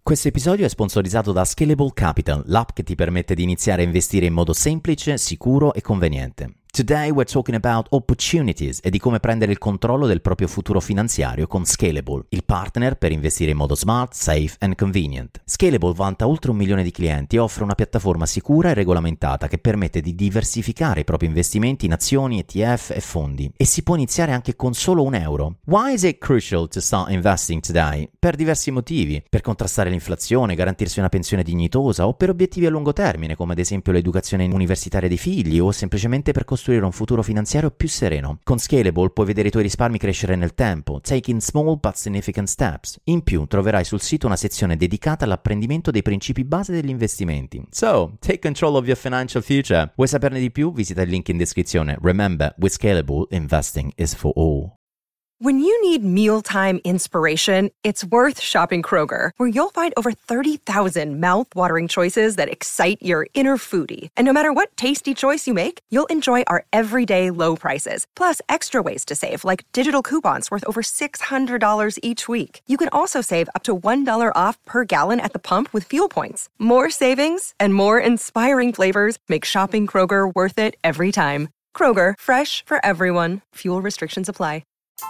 Questo episodio è sponsorizzato da Scalable Capital, l'app che ti permette di iniziare a investire in modo semplice, sicuro e conveniente. Today we're talking about opportunities e di come prendere il controllo del proprio futuro finanziario con Scalable, il partner per investire in modo smart, safe and convenient. Scalable vanta oltre 1 milione di clienti e offre una piattaforma sicura e regolamentata che permette di diversificare i propri investimenti in azioni, ETF e fondi. E si può iniziare anche con solo €1. Why is it crucial to start investing today? Per diversi motivi. Per contrastare l'inflazione, garantirsi una pensione dignitosa o per obiettivi a lungo termine, come ad esempio l'educazione universitaria dei figli o semplicemente per costruire un futuro finanziario più sereno. Con Scalable puoi vedere i tuoi risparmi crescere nel tempo, taking small but significant steps. In più troverai sul sito una sezione dedicata all'apprendimento dei principi base degli investimenti. So, take control of your financial future. Vuoi saperne di più? Visita il link in descrizione. Remember, with Scalable, investing is for all. When you need mealtime inspiration, it's worth shopping Kroger, where you'll find over 30,000 mouth-watering choices that excite your inner foodie. And no matter what tasty choice you make, you'll enjoy our everyday low prices, plus extra ways to save, like digital coupons worth over $600 each week. You can also save up to $1 off per gallon at the pump with fuel points. More savings and more inspiring flavors make shopping Kroger worth it every time. Kroger, fresh for everyone. Fuel restrictions apply.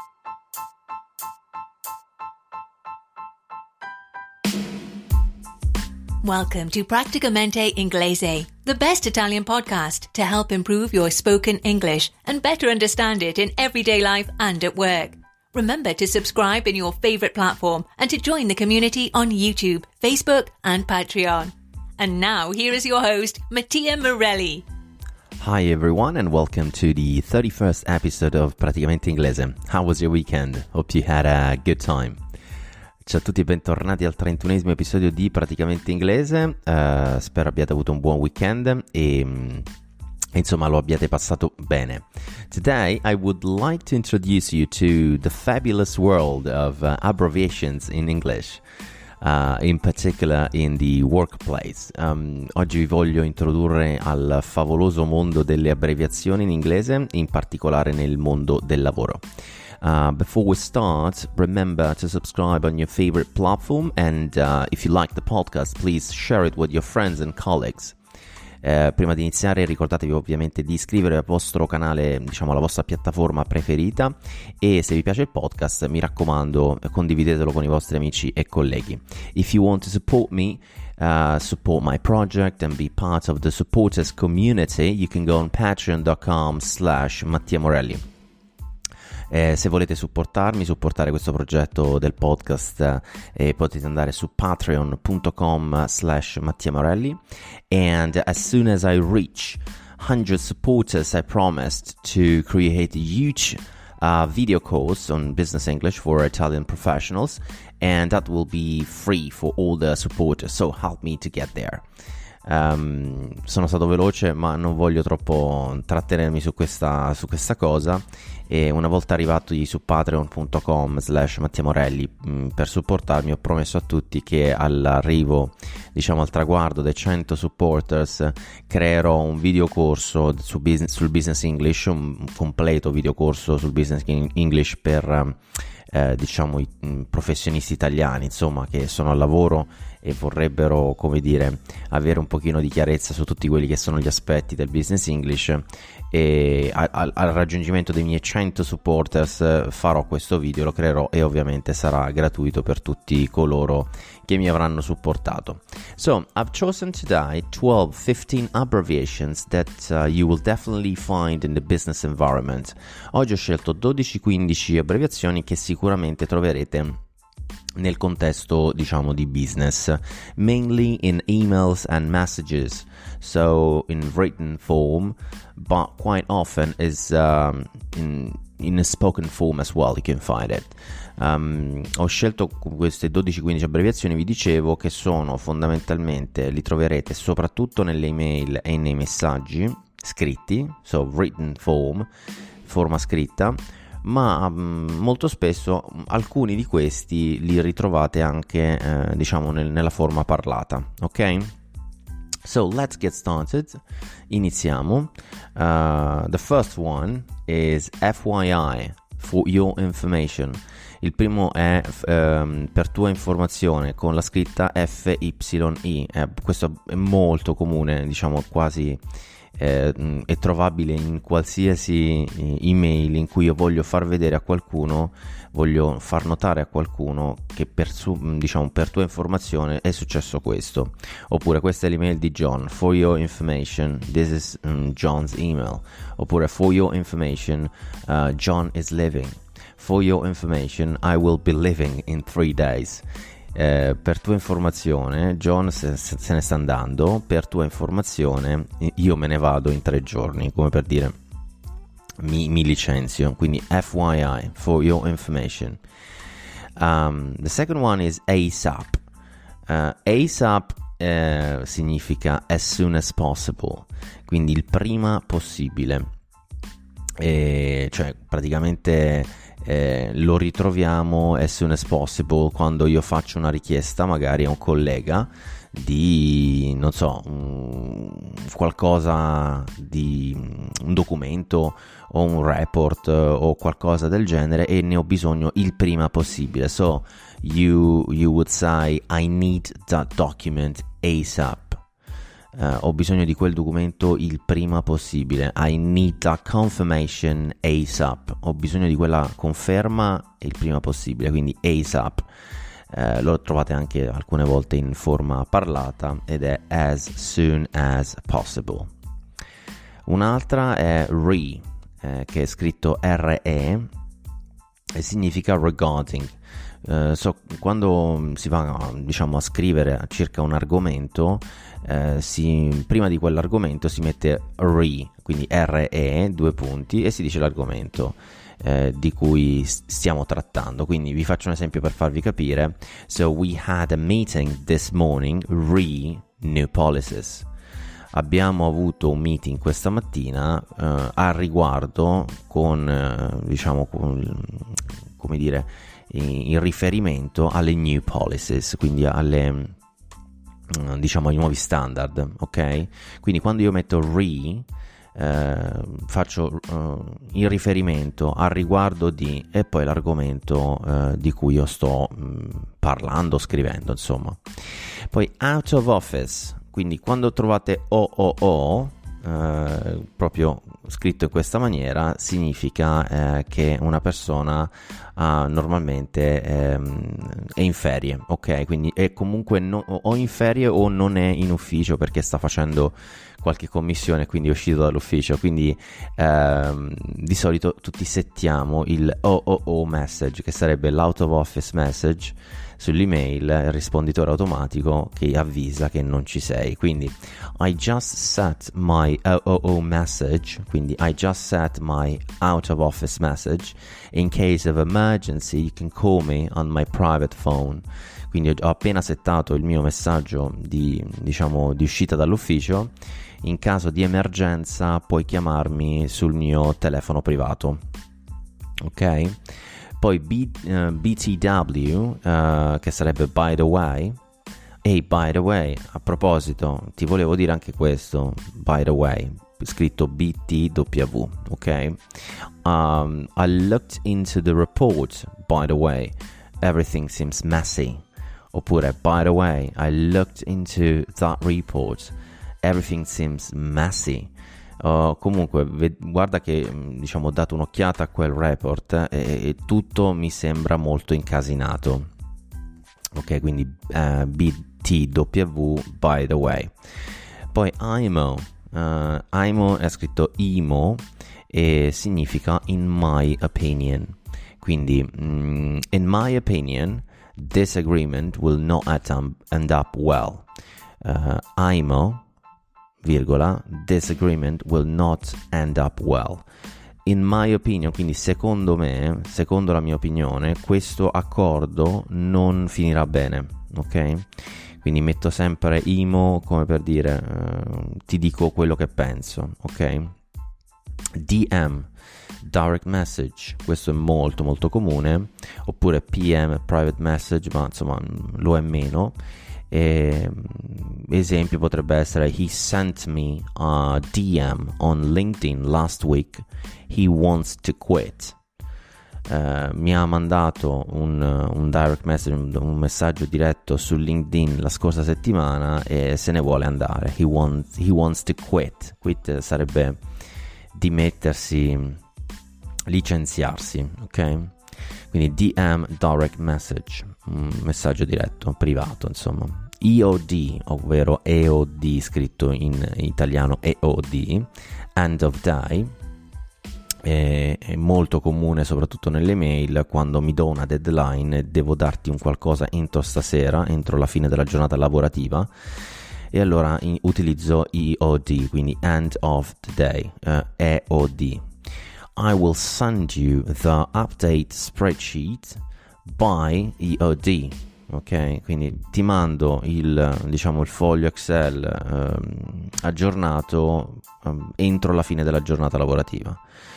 Welcome to Practicamente Inglese, the best Italian podcast to help improve your spoken English and better understand it in everyday life and at work. Remember to subscribe in your favorite platform and to join the community on YouTube, Facebook, and Patreon. And now, here is your host, Mattia Morelli. Hi everyone and welcome to the 31st episode of Praticamente Inglese. How was your weekend? Hope you had a good time. Ciao a tutti e bentornati al 31esimo episodio di Praticamente Inglese. Spero abbiate avuto un buon weekend e insomma lo abbiate passato bene. Today I would like to introduce you to the fabulous world of abbreviations in English. In particular in the workplace. Oggi vi voglio introdurre al favoloso mondo delle abbreviazioni in inglese, in particolare nel mondo del lavoro. Before we start, remember to subscribe on your favorite platform and if you like the podcast, please share it with your friends and colleagues. Prima di iniziare ricordatevi ovviamente di iscrivervi al vostro canale, diciamo alla vostra piattaforma preferita, e se vi piace il podcast mi raccomando condividetelo con i vostri amici e colleghi. If you want to support me, support my project and be part of the supporters community, you can go on patreon.com/Mattia Morelli. Se volete supportare questo progetto del podcast, potete andare su patreon.com/Mattia Morelli, and as soon as I reach 100 supporters, I promised to create a huge video course on business English for Italian professionals, and that will be free for all the supporters, so help me to get there. Sono stato veloce ma non voglio troppo trattenermi su questa cosa, e una volta arrivati su patreon.com/Mattia Morelli per supportarmi ho promesso a tutti che all'arrivo, diciamo al traguardo dei 100 supporters, creerò un videocorso sul business English, un completo videocorso sul business English per diciamo i professionisti italiani, insomma, che sono al lavoro e vorrebbero, come dire, avere un pochino di chiarezza su tutti quelli che sono gli aspetti del business English, e al raggiungimento dei miei 100 supporters farò questo video, lo creerò e ovviamente sarà gratuito per tutti coloro che mi avranno supportato. So, I've chosen today 15 abbreviations that you will definitely find in the business environment. Oggi ho scelto 12-15 abbreviazioni che sicuramente troverete nel contesto, diciamo, di business, mainly in emails and messages, so in written form, but quite often is in a spoken form as well, you can find it. Ho scelto queste 12-15 abbreviazioni, vi dicevo, che sono fondamentalmente, li troverete soprattutto nelle email e nei messaggi scritti, so written form, forma scritta, ma molto spesso alcuni di questi li ritrovate anche diciamo nella forma parlata, ok? So let's get started. Iniziamo. The first one is FYI, for your information. Il primo è per tua informazione, con la scritta FYI. Questo è molto comune, diciamo quasi è trovabile in qualsiasi email in cui io voglio far vedere a qualcuno, voglio far notare a qualcuno che per tua informazione è successo questo. Oppure questa è l'email di John, for your information, this is John's email. Oppure for your information, John is leaving. For your information, I will be leaving in 3 days. Per tua informazione, John se ne sta andando. Per tua informazione, io me ne vado in 3 giorni, come per dire mi licenzio. Quindi FYI, for your information. The second one is ASAP. ASAP significa as soon as possible, quindi il prima possibile. Cioè praticamente lo ritroviamo as soon as possible quando io faccio una richiesta magari a un collega di, non so, qualcosa di un documento o un report o qualcosa del genere e ne ho bisogno il prima possibile. So you would say I need that document ASAP. Ho bisogno di quel documento il prima possibile. I need that confirmation ASAP. Ho bisogno di quella conferma il prima possibile, quindi ASAP. Lo trovate anche alcune volte in forma parlata ed è as soon as possible. Un'altra è re, che è scritto RE e significa regarding. Quando si va, diciamo, a scrivere circa un argomento, prima di quell'argomento si mette re, quindi RE, 2 punti, e si dice l'argomento di cui stiamo trattando. Quindi vi faccio un esempio per farvi capire. So we had a meeting this morning re new policies. Abbiamo avuto un meeting questa mattina a riguardo con come dire, in riferimento alle new policies, quindi alle ai nuovi standard, ok? Quindi quando io metto re faccio in riferimento al riguardo di, e poi l'argomento di cui io sto parlando, scrivendo, insomma. Poi out of office, quindi quando trovate OOO proprio scritto in questa maniera, significa che una persona normalmente è in ferie, ok? Quindi è comunque o in ferie o non è in ufficio perché sta facendo qualche commissione, quindi è uscito dall'ufficio. Quindi di solito tutti settiamo il OOO message, che sarebbe l'out of office message sull'email, il risponditore automatico che avvisa che non ci sei. Quindi I just set my OOO message, quindi I just set my out of office message. In case of emergency you can call me on my private phone. Quindi ho appena settato il mio messaggio di uscita dall'ufficio. In caso di emergenza puoi chiamarmi sul mio telefono privato, ok? Poi BTW, che sarebbe by the way. E by the way, a proposito, ti volevo dire anche questo, by the way, scritto BTW, ok? I looked into the report, by the way, everything seems messy. Oppure, by the way, I looked into that report, everything seems messy. Comunque guarda che ho dato un'occhiata a quel report e tutto mi sembra molto incasinato, ok? Quindi BTW, by the way. Poi IMO è scritto IMO e significa in my opinion. Quindi in my opinion this agreement will not end up well. IMO virgola, this agreement will not end up well. In my opinion, quindi secondo me, secondo la mia opinione, questo accordo non finirà bene, ok? Quindi metto sempre IMO come per dire ti dico quello che penso, ok? DM, direct message, questo è molto molto comune, oppure PM, private message, ma insomma lo è meno. Esempio potrebbe essere he sent me a DM on LinkedIn last week, he wants to quit. mi ha mandato un direct message, un messaggio diretto su LinkedIn la scorsa settimana e se ne vuole andare. He wants to quit. Quit sarebbe dimettersi, licenziarsi, ok? Quindi DM, direct message, un messaggio diretto, privato, insomma. EOD, ovvero EOD, scritto in italiano EOD, end of day, è molto comune soprattutto nelle mail. Quando mi do una deadline e devo darti un qualcosa entro stasera, entro la fine della giornata lavorativa, e allora utilizzo EOD, quindi end of the day, EOD. I will send you the update spreadsheet by EOD. Ok, quindi ti mando il foglio Excel aggiornato entro la fine della giornata lavorativa.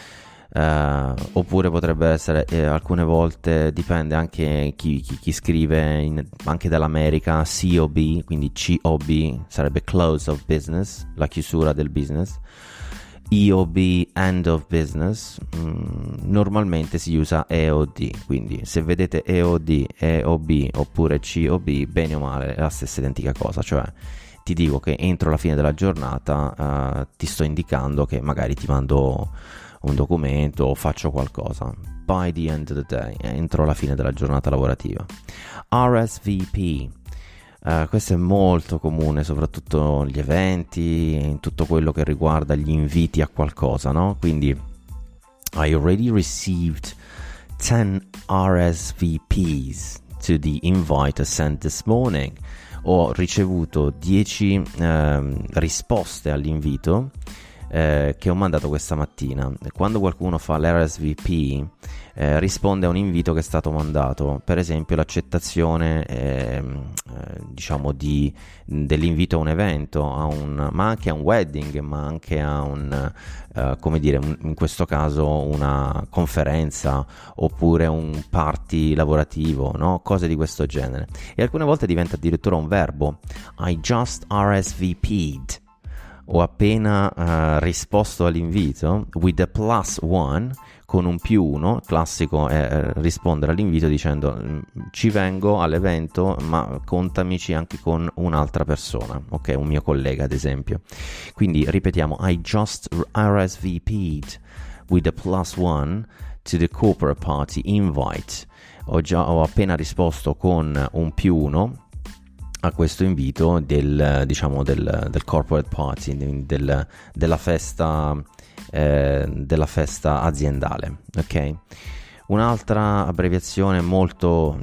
Oppure potrebbe essere alcune volte, dipende anche chi scrive anche dall'America, COB, quindi COB sarebbe close of business, la chiusura del business. EOB, end of business, normalmente si usa EOD, quindi se vedete EOD, EOB oppure COB, bene o male è la stessa identica cosa, cioè ti dico che entro la fine della giornata ti sto indicando che magari ti mando un documento o faccio qualcosa. By the end of the day, entro la fine della giornata lavorativa. RSVP, questo è molto comune, soprattutto gli eventi, in tutto quello che riguarda gli inviti a qualcosa, no? Quindi I already received 10 RSVPs to the invite I sent this morning. Ho ricevuto 10 risposte all'invito che ho mandato questa mattina. Quando qualcuno fa l'RSVP risponde a un invito che è stato mandato, per esempio l'accettazione dell'invito a un evento, ma anche a un wedding, ma anche a in questo caso una conferenza oppure un party lavorativo, no? Cose di questo genere. E alcune volte diventa addirittura un verbo. I just RSVP'd. Ho appena risposto all'invito with a +1, con un +1, classico è rispondere all'invito dicendo ci vengo all'evento, ma contamici anche con un'altra persona, ok, un mio collega ad esempio. Quindi ripetiamo, I just RSVP'd with a +1 to the corporate party invite. Ho appena risposto con un +1 a questo invito del corporate party, della festa aziendale, ok? Un'altra abbreviazione molto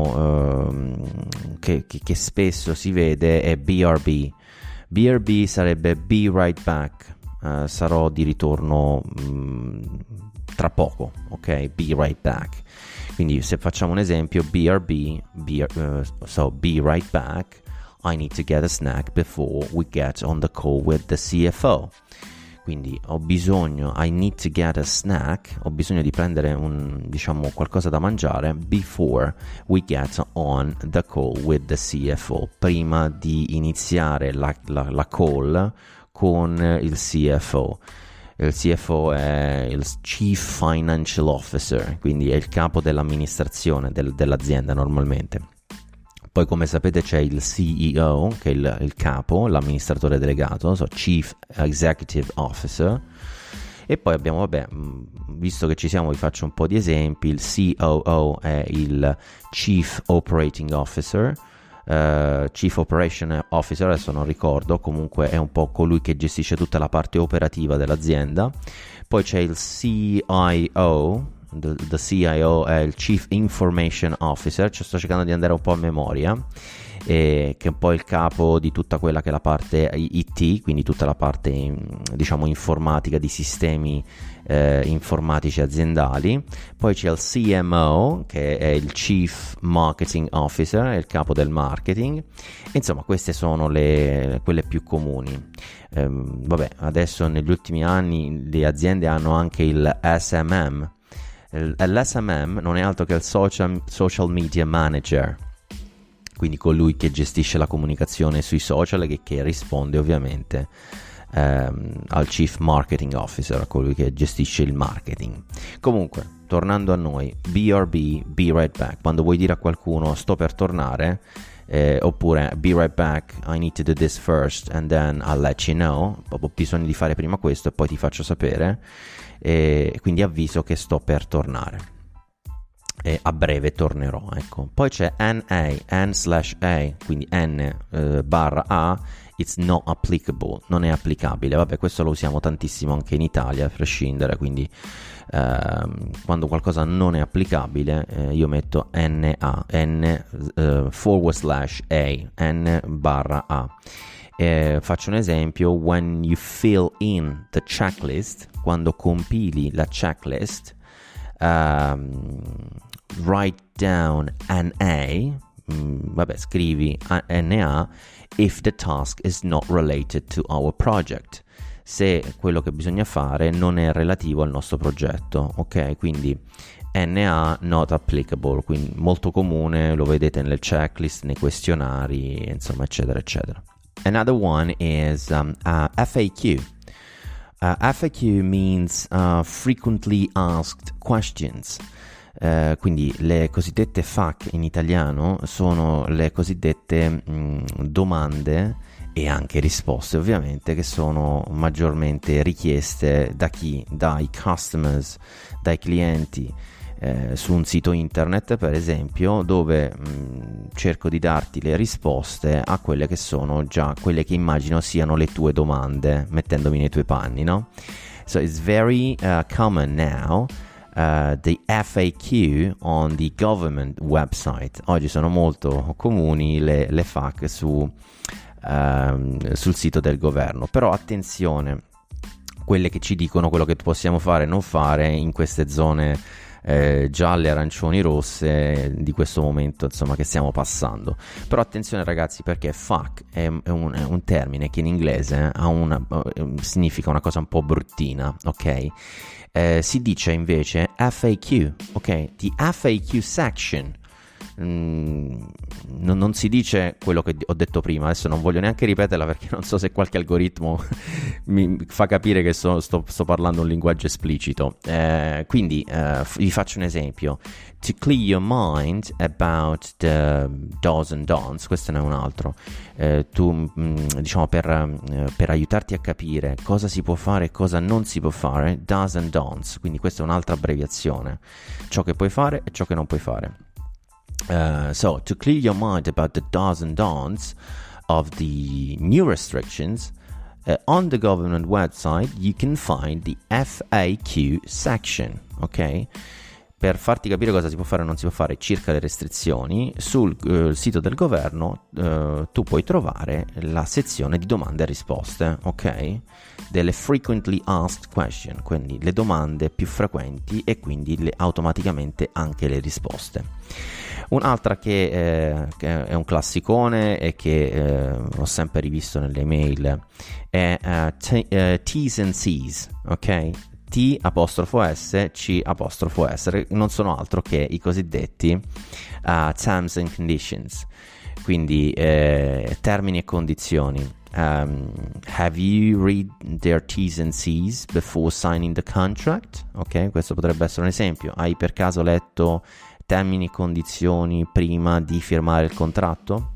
che spesso si vede è BRB. BRB sarebbe Be Right Back, sarò di ritorno tra poco, ok? Be Right Back. Quindi se facciamo un esempio, BRB, so be right back, I need to get a snack before we get on the call with the CFO. Quindi I need to get a snack, ho bisogno di prendere qualcosa da mangiare before we get on the call with the CFO, prima di iniziare la call con il CFO. Il CFO è il Chief Financial Officer, quindi è il capo dell'amministrazione dell'azienda normalmente. Poi, come sapete, c'è il CEO, che è il capo, l'amministratore delegato, Chief Executive Officer. E poi abbiamo, visto che ci siamo, vi faccio un po' di esempi. Il COO è il Chief Operating Officer. Chief Operation Officer, adesso non ricordo, comunque è un po' colui che gestisce tutta la parte operativa dell'azienda. Poi c'è il CIO, the CIO è il Chief Information Officer, sto cercando di andare un po' a memoria, che è un po' il capo di tutta quella che è la parte IT, quindi tutta la parte informatica, di sistemi informatici aziendali. Poi c'è il CMO, che è il Chief Marketing Officer, è il capo del marketing. Insomma, queste sono quelle più comuni. Adesso negli ultimi anni le aziende hanno anche il SMM. L'SMM non è altro che il Social Media Manager, quindi colui che gestisce la comunicazione sui social e che risponde ovviamente al Chief Marketing Officer, colui che gestisce il marketing. Comunque, tornando a noi, BRB, be right back. Quando vuoi dire a qualcuno sto per tornare, oppure be right back, I need to do this first and then I'll let you know, ho bisogno di fare prima questo e poi ti faccio sapere, quindi avviso che sto per tornare, e a breve tornerò, ecco. Poi c'è N/A, quindi N/A, it's not applicable, non è applicabile. Vabbè, questo lo usiamo tantissimo anche in Italia, a prescindere, quindi quando qualcosa non è applicabile, io metto N/A, N/A, N/A. Faccio un esempio: when you fill in the checklist, quando compili la checklist, write down N/A, scrivi N/A if the task is not related to our project, se quello che bisogna fare non è relativo al nostro progetto, ok? Quindi N/A not applicable, quindi molto comune, lo vedete nelle checklist, nei questionari, insomma, eccetera eccetera. Another one is FAQ. FAQ means frequently asked questions. Quindi le cosiddette FAQ in italiano sono le cosiddette domande e anche risposte, ovviamente, che sono maggiormente richieste da chi? Dai customers, dai clienti, su un sito internet, per esempio, dove cerco di darti le risposte a quelle che sono già quelle che immagino siano le tue domande, mettendomi nei tuoi panni, no? So it's very common now, the FAQ on the government website. Oggi sono molto comuni le FAQ sul sito del governo, però attenzione, quelle che ci dicono quello che possiamo fare e non fare in queste zone gialle, arancioni, rosse di questo momento, insomma, che stiamo passando. Però attenzione, ragazzi, perché FAQ è un termine che in inglese significa una cosa un po' bruttina, ok? Si dice invece FAQ, ok? The FAQ section. Non si dice quello che ho detto prima, adesso non voglio neanche ripeterla perché non so se qualche algoritmo mi fa capire che sto parlando un linguaggio esplicito, quindi vi faccio un esempio: to clear your mind about the do's and don'ts. Questo ne è un altro, diciamo per aiutarti a capire cosa si può fare e cosa non si può fare, do's and don'ts, quindi questa è un'altra abbreviazione, ciò che puoi fare e ciò che non puoi fare. So to clear your mind about the do's and don'ts of the new restrictions, on the government website you can find the FAQ section, ok? Per farti capire cosa si può fare e non si può fare circa le restrizioni, sul sito del governo tu puoi trovare la sezione di domande e risposte, ok? Delle frequently asked question, quindi le domande più frequenti e quindi automaticamente anche le risposte. Un'altra che è un classicone e che ho sempre rivisto nelle email è T's and C's, ok? T''S, C''S, non sono altro che i cosiddetti terms and conditions, quindi termini e condizioni. Have you read their T's and C's before signing the contract? Ok, questo potrebbe essere un esempio. Hai per caso letto termini e condizioni prima di firmare il contratto?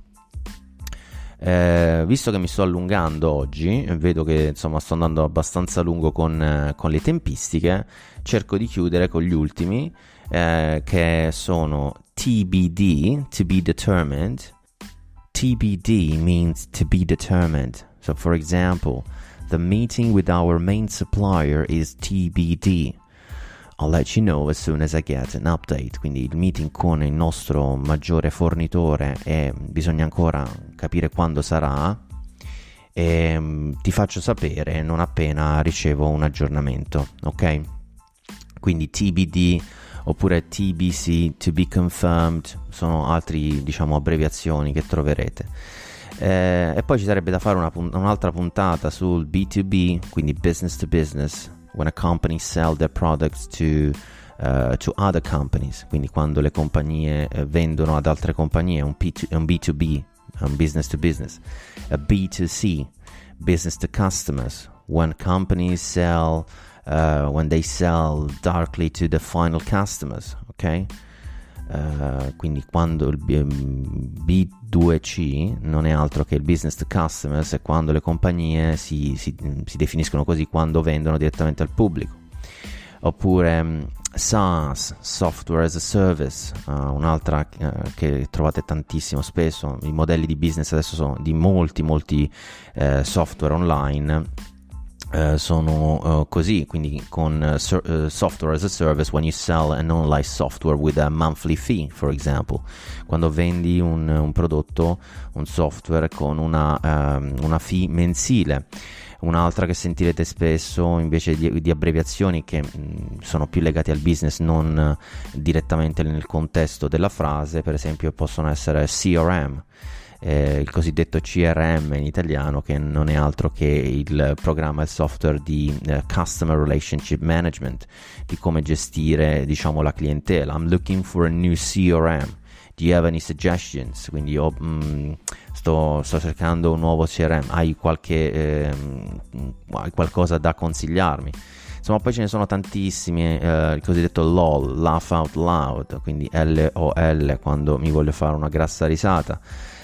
Visto che mi sto allungando oggi, vedo che insomma sto andando abbastanza lungo con le tempistiche, cerco di chiudere con gli ultimi, che sono TBD, to be determined. TBD means to be determined. So for example, the meeting with our main supplier is TBD. I'll let you know as soon as I get an update. Quindi il meeting con il nostro maggiore fornitore bisogna ancora capire quando sarà, e ti faccio sapere non appena ricevo un aggiornamento, ok? Quindi TBD oppure TBC, to be confirmed, sono altri, diciamo, abbreviazioni che troverete. E poi ci sarebbe da fare un'altra puntata sul B2B, quindi business to business, when a company sell their products to other companies, quindi quando le compagnie vendono ad altre compagnie, un B2B, un business to business. A B2C, business to customers, when companies sell when they sell directly to the final customers, ok? Quindi quando il B2C non è altro che il business to customers, e quando le compagnie si definiscono così quando vendono direttamente al pubblico. Oppure SaaS, Software as a Service, un'altra che trovate tantissimo spesso. I modelli di business adesso sono di molti software online, sono così, quindi con Software as a Service, when you sell an online software with a monthly fee, for example, quando vendi un prodotto, un software con una fee mensile. Un'altra che sentirete spesso invece di abbreviazioni che sono più legate al business, non direttamente nel contesto della frase, per esempio possono essere CRM, il cosiddetto CRM in italiano, che non è altro che il programma, il software di Customer Relationship Management, di come gestire, diciamo, la clientela. I'm looking for a new CRM. Do you have any suggestions? Quindi io sto cercando un nuovo CRM. Hai qualcosa da consigliarmi? Insomma, poi ce ne sono tantissimi, il cosiddetto LOL, Laugh Out Loud, quindi LOL, quando mi voglio fare una grassa risata.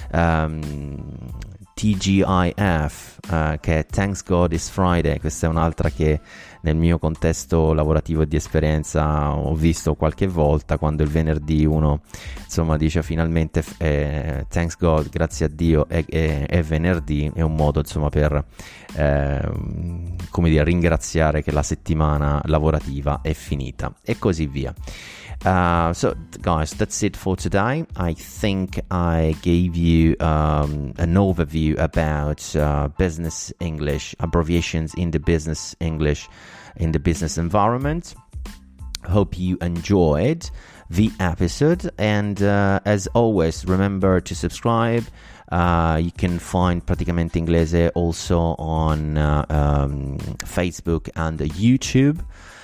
TGIF, che è Thanks God It's Friday. Questa è un'altra che nel mio contesto lavorativo e di esperienza ho visto qualche volta, quando il venerdì uno insomma dice finalmente thanks God, grazie a Dio è venerdì, è un modo insomma per come dire, ringraziare che la settimana lavorativa è finita, e così via. So guys, that's it for today. I think I gave you an overview about business English, abbreviations in the business English, in the business environment. Hope you enjoyed the episode, and as always, remember to subscribe. You can find Praticamente Inglese also on Facebook and YouTube.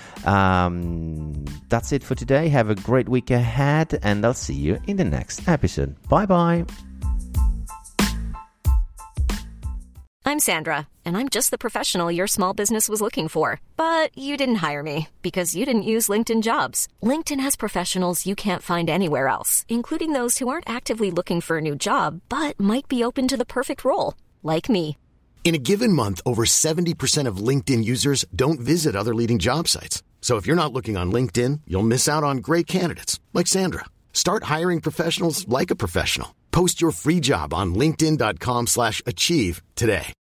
That's it for today. Have a great week ahead, and I'll see you in the next episode. Bye bye. I'm Sandra, and I'm just the professional your small business was looking for. But you didn't hire me because you didn't use LinkedIn Jobs. LinkedIn has professionals you can't find anywhere else, including those who aren't actively looking for a new job, but might be open to the perfect role, like me. In a given month, over 70% of LinkedIn users don't visit other leading job sites. So if you're not looking on LinkedIn, you'll miss out on great candidates like Sandra. Start hiring professionals like a professional. Post your free job on linkedin.com/achieve today.